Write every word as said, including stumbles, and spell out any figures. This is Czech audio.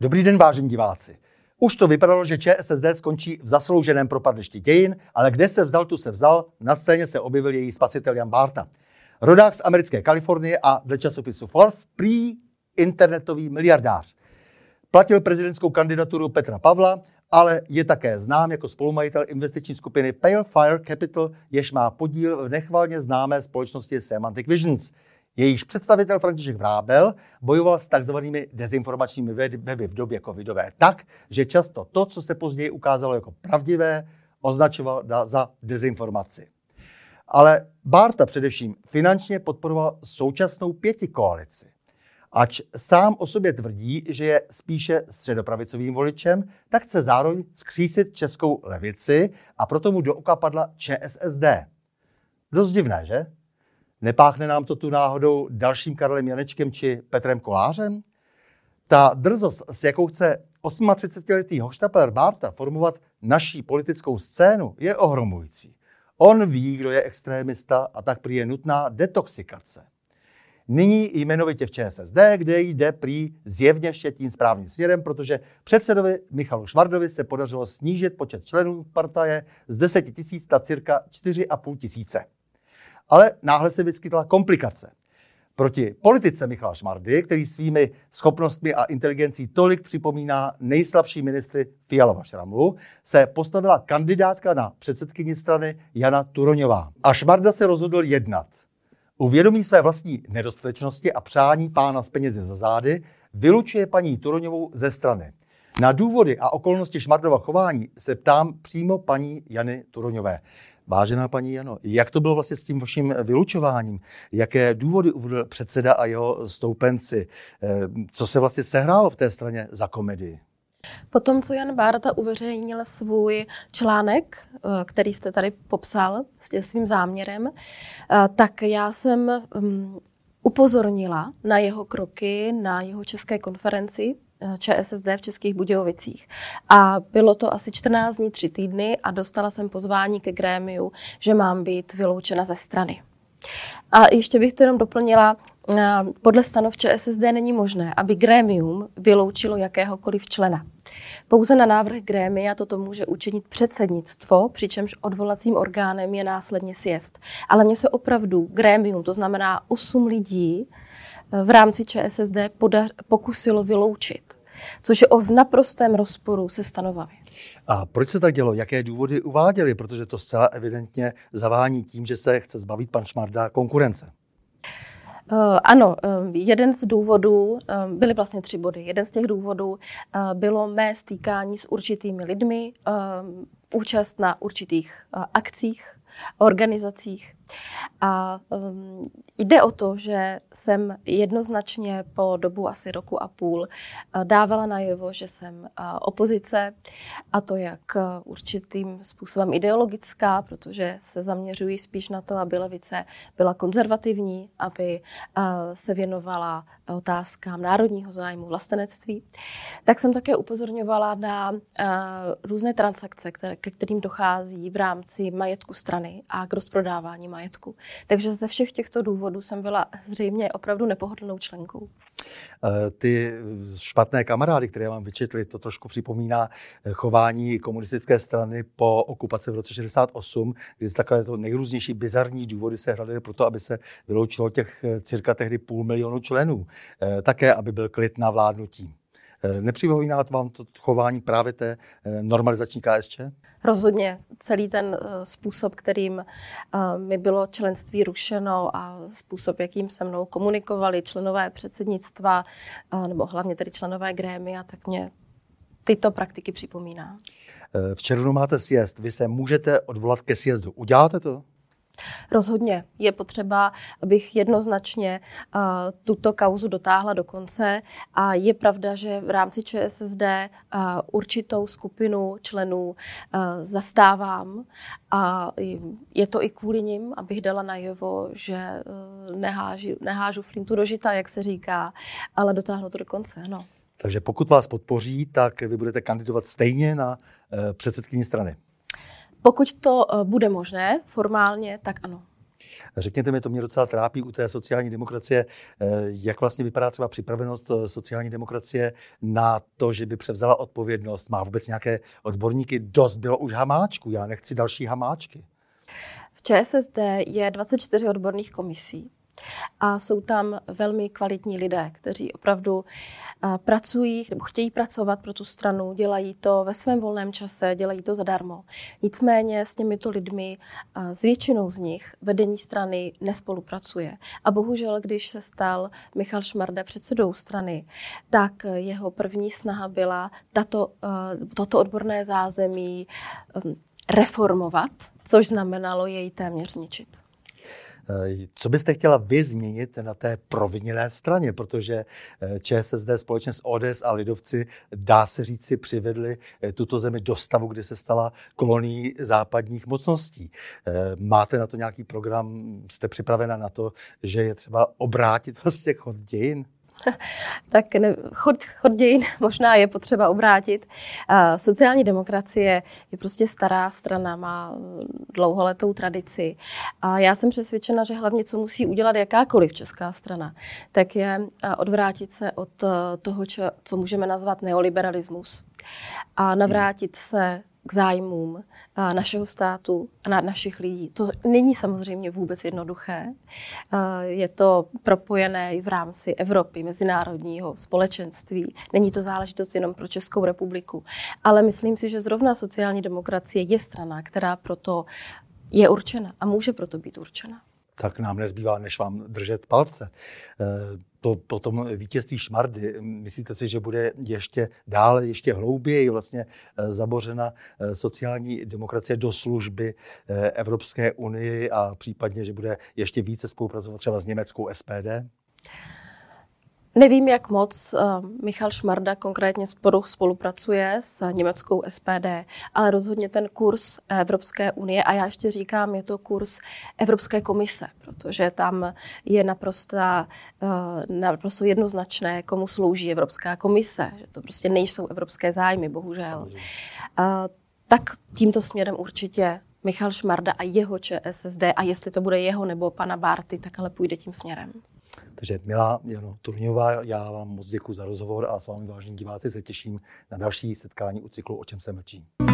Dobrý den, vážení diváci. Už to vypadalo, že ČSSD skončí v zaslouženém propadlišti dějin, ale kde se vzal, tu se vzal, na scéně se objevil její spasitel Jan Bárta. Rodák z americké Kalifornie a dle časopisu Forbes prý internetový miliardář. Platil prezidentskou kandidaturu Petra Pavla, ale je také znám jako spolumajitel investiční skupiny Pale Fire Capital, jež má podíl v nechvalně známé společnosti Semantic Visions. Jejíž představitel František Vrábel bojoval s takzvanými dezinformačními weby v době covidové tak, že často to, co se později ukázalo jako pravdivé, označoval za dezinformaci. Ale Bárta především finančně podporoval současnou pětikoalici. Ač sám o sobě tvrdí, že je spíše středopravicovým voličem, tak chce zároveň skřísit českou levici a proto mu do oka padla ČSSD. Dost divné, že? Nepáchne nám to tu náhodou dalším Karlem Janečkem či Petrem Kolářem? Ta drzost, s jakou chce třicetiosmiletý hochštapler Bárta formovat naší politickou scénu, je ohromující. On ví, kdo je extrémista, a tak prý je nutná detoxikace. Nyní jmenovitě v ČSSD, kde jde prý zjevně vše tím správným směrem, protože předsedovi Michalu Šmardovi se podařilo snížit počet členů partaje z deseti tisíc na cirka čtyři a půl tisíce. Ale náhle se vyskytla komplikace. Proti politice Michala Šmardy, který svými schopnostmi a inteligencí tolik připomíná nejslabší ministry Fialova Šramlu, se postavila kandidátka na předsedkyni strany Jana Turoňová. A Šmarda se rozhodl jednat. Uvědomí své vlastní nedostatečnosti a přání pána s penězi za zády, vylučuje paní Turoňovou ze strany. Na důvody a okolnosti Šmardova chování se ptám přímo paní Jany Turoňové. Vážená paní Jano, jak to bylo vlastně s tím vaším vylučováním? Jaké důvody uvedl předseda a jeho stoupenci? Co se vlastně sehrálo v té straně za komedii? Potom, co Jan Bárta uveřejnil svůj článek, který jste tady popsal s svým záměrem, tak já jsem upozornila na jeho kroky na jeho české konferenci ČSSD v Českých Budějovicích. A bylo to asi čtrnáct dní, tři týdny a dostala jsem pozvání ke grémiu, že mám být vyloučena ze strany. A ještě bych to jenom doplnila, podle stanov ČSSD není možné, aby grémium vyloučilo jakéhokoliv člena. Pouze na návrh grémia toto může učinit předsednictvo, přičemž odvolacím orgánem je následně sjezd. Ale mně se opravdu grémium, to znamená osm lidí, v rámci ČSSD podař, pokusilo vyloučit, což je v naprostém rozporu se stanovami. A proč se tak dělo? Jaké důvody uváděli? Protože to zcela evidentně zavání tím, že se chce zbavit pan Šmarda konkurence. Uh, ano, uh, jeden z důvodů, uh, byly vlastně tři body. Jeden z těch důvodů uh, bylo mé stýkání s určitými lidmi, uh, účast na určitých uh, akcích, organizacích. A um, jde o to, že jsem jednoznačně po dobu asi roku a půl uh, dávala najevo, že jsem uh, opozice, a to jak uh, určitým způsobem ideologická, protože se zaměřují spíš na to, aby levice byla konzervativní, aby uh, se věnovala otázkám národního zájmu, vlastenectví. Tak jsem také upozorňovala na uh, různé transakce, které, ke kterým dochází v rámci majetku strany a k rozprodávání majetku. Takže ze všech těchto důvodů jsem byla zřejmě opravdu nepohodlnou členkou. Ty špatné kamarády, které vám vyčetli, to trošku připomíná chování komunistické strany po okupaci v roce šedesát osm, kdy z takové to nejrůznější bizarní důvody se hledaly pro to, aby se vyloučilo těch cirka tehdy půl milionu členů. Také, aby byl klid na vládnutí. Nepřipomíná vám to chování právě té normalizační K S Č? Rozhodně. Celý ten způsob, kterým mi bylo členství rušeno a způsob, jakým se mnou komunikovali členové předsednictva, nebo hlavně tedy členové grémia, tak mě tyto praktiky připomíná. V červnu máte sjezd. Vy se můžete odvolat ke sjezdu. Uděláte to? Rozhodně. Je potřeba, abych jednoznačně uh, tuto kauzu dotáhla do konce, a je pravda, že v rámci ČSSD uh, určitou skupinu členů uh, zastávám a je to i kvůli nim, abych dala najevo, že uh, nehážu, nehážu flintu do žita, jak se říká, ale dotáhnu to do konce, no. Takže pokud vás podpoří, tak vy budete kandidovat stejně na uh, předsedkyni strany. Pokud to uh, bude možné formálně, tak ano. Řekněte mi, to mě docela trápí u té sociální demokracie, jak vlastně vypadá třeba připravenost sociální demokracie na to, že by převzala odpovědnost. Má vůbec nějaké odborníky? Dost bylo už hamáčků, já nechci další hamáčky. V ČSSD je dvacet čtyři odborných komisí. A jsou tam velmi kvalitní lidé, kteří opravdu pracují nebo chtějí pracovat pro tu stranu, dělají to ve svém volném čase, dělají to zadarmo. Nicméně s těmito lidmi, s většinou z nich, vedení strany nespolupracuje. A bohužel, když se stal Michal Šmarda předsedou strany, tak jeho první snaha byla tato, toto odborné zázemí reformovat, což znamenalo jej téměř zničit. Co byste chtěla vy změnit na té provinilé straně, protože ČSSD společně s O D S a lidovci, dá se říci, přivedli tuto zemi do stavu, kdy se stala kolonií západních mocností. Máte na to nějaký program? Jste připravena na to, že je třeba obrátit vlastně chod dějin? Tak ne, chod, chod dějin možná je potřeba obrátit. Uh, sociální demokracie je prostě stará strana, má dlouholetou tradici. A já jsem přesvědčena, že hlavně, co musí udělat jakákoliv česká strana, tak je uh, odvrátit se od uh, toho, čo, co můžeme nazvat neoliberalismus a navrátit se k zájmům našeho státu a našich lidí. To není samozřejmě vůbec jednoduché. Je to propojené i v rámci Evropy, mezinárodního společenství. Není to záležitost jenom pro Českou republiku. Ale myslím si, že zrovna sociální demokracie je strana, která proto je určena a může proto být určena. Tak nám nezbývá, než vám držet palce. To potom vítězství Šmardy, myslíte si, že bude ještě dále, ještě hlouběji vlastně zabořena sociální demokracie do služby Evropské unii a případně, že bude ještě více spolupracovat třeba s německou S P D? Nevím, jak moc uh, Michal Šmarda konkrétně sporu spolupracuje s německou S P D, ale rozhodně ten kurz Evropské unie, a já ještě říkám, je to kurz Evropské komise, protože tam je naprosto, uh, naprosto jednoznačné, komu slouží Evropská komise, že to prostě nejsou evropské zájmy, bohužel. Uh, tak tímto směrem určitě Michal Šmarda a jeho ČSSD, a jestli to bude jeho nebo pana Bárty, tak ale půjde tím směrem. Takže milá Jano Turňová, já vám moc děkuji za rozhovor a s vámi, vážení diváci, se těším na další setkání u cyklu O čem se mlčí.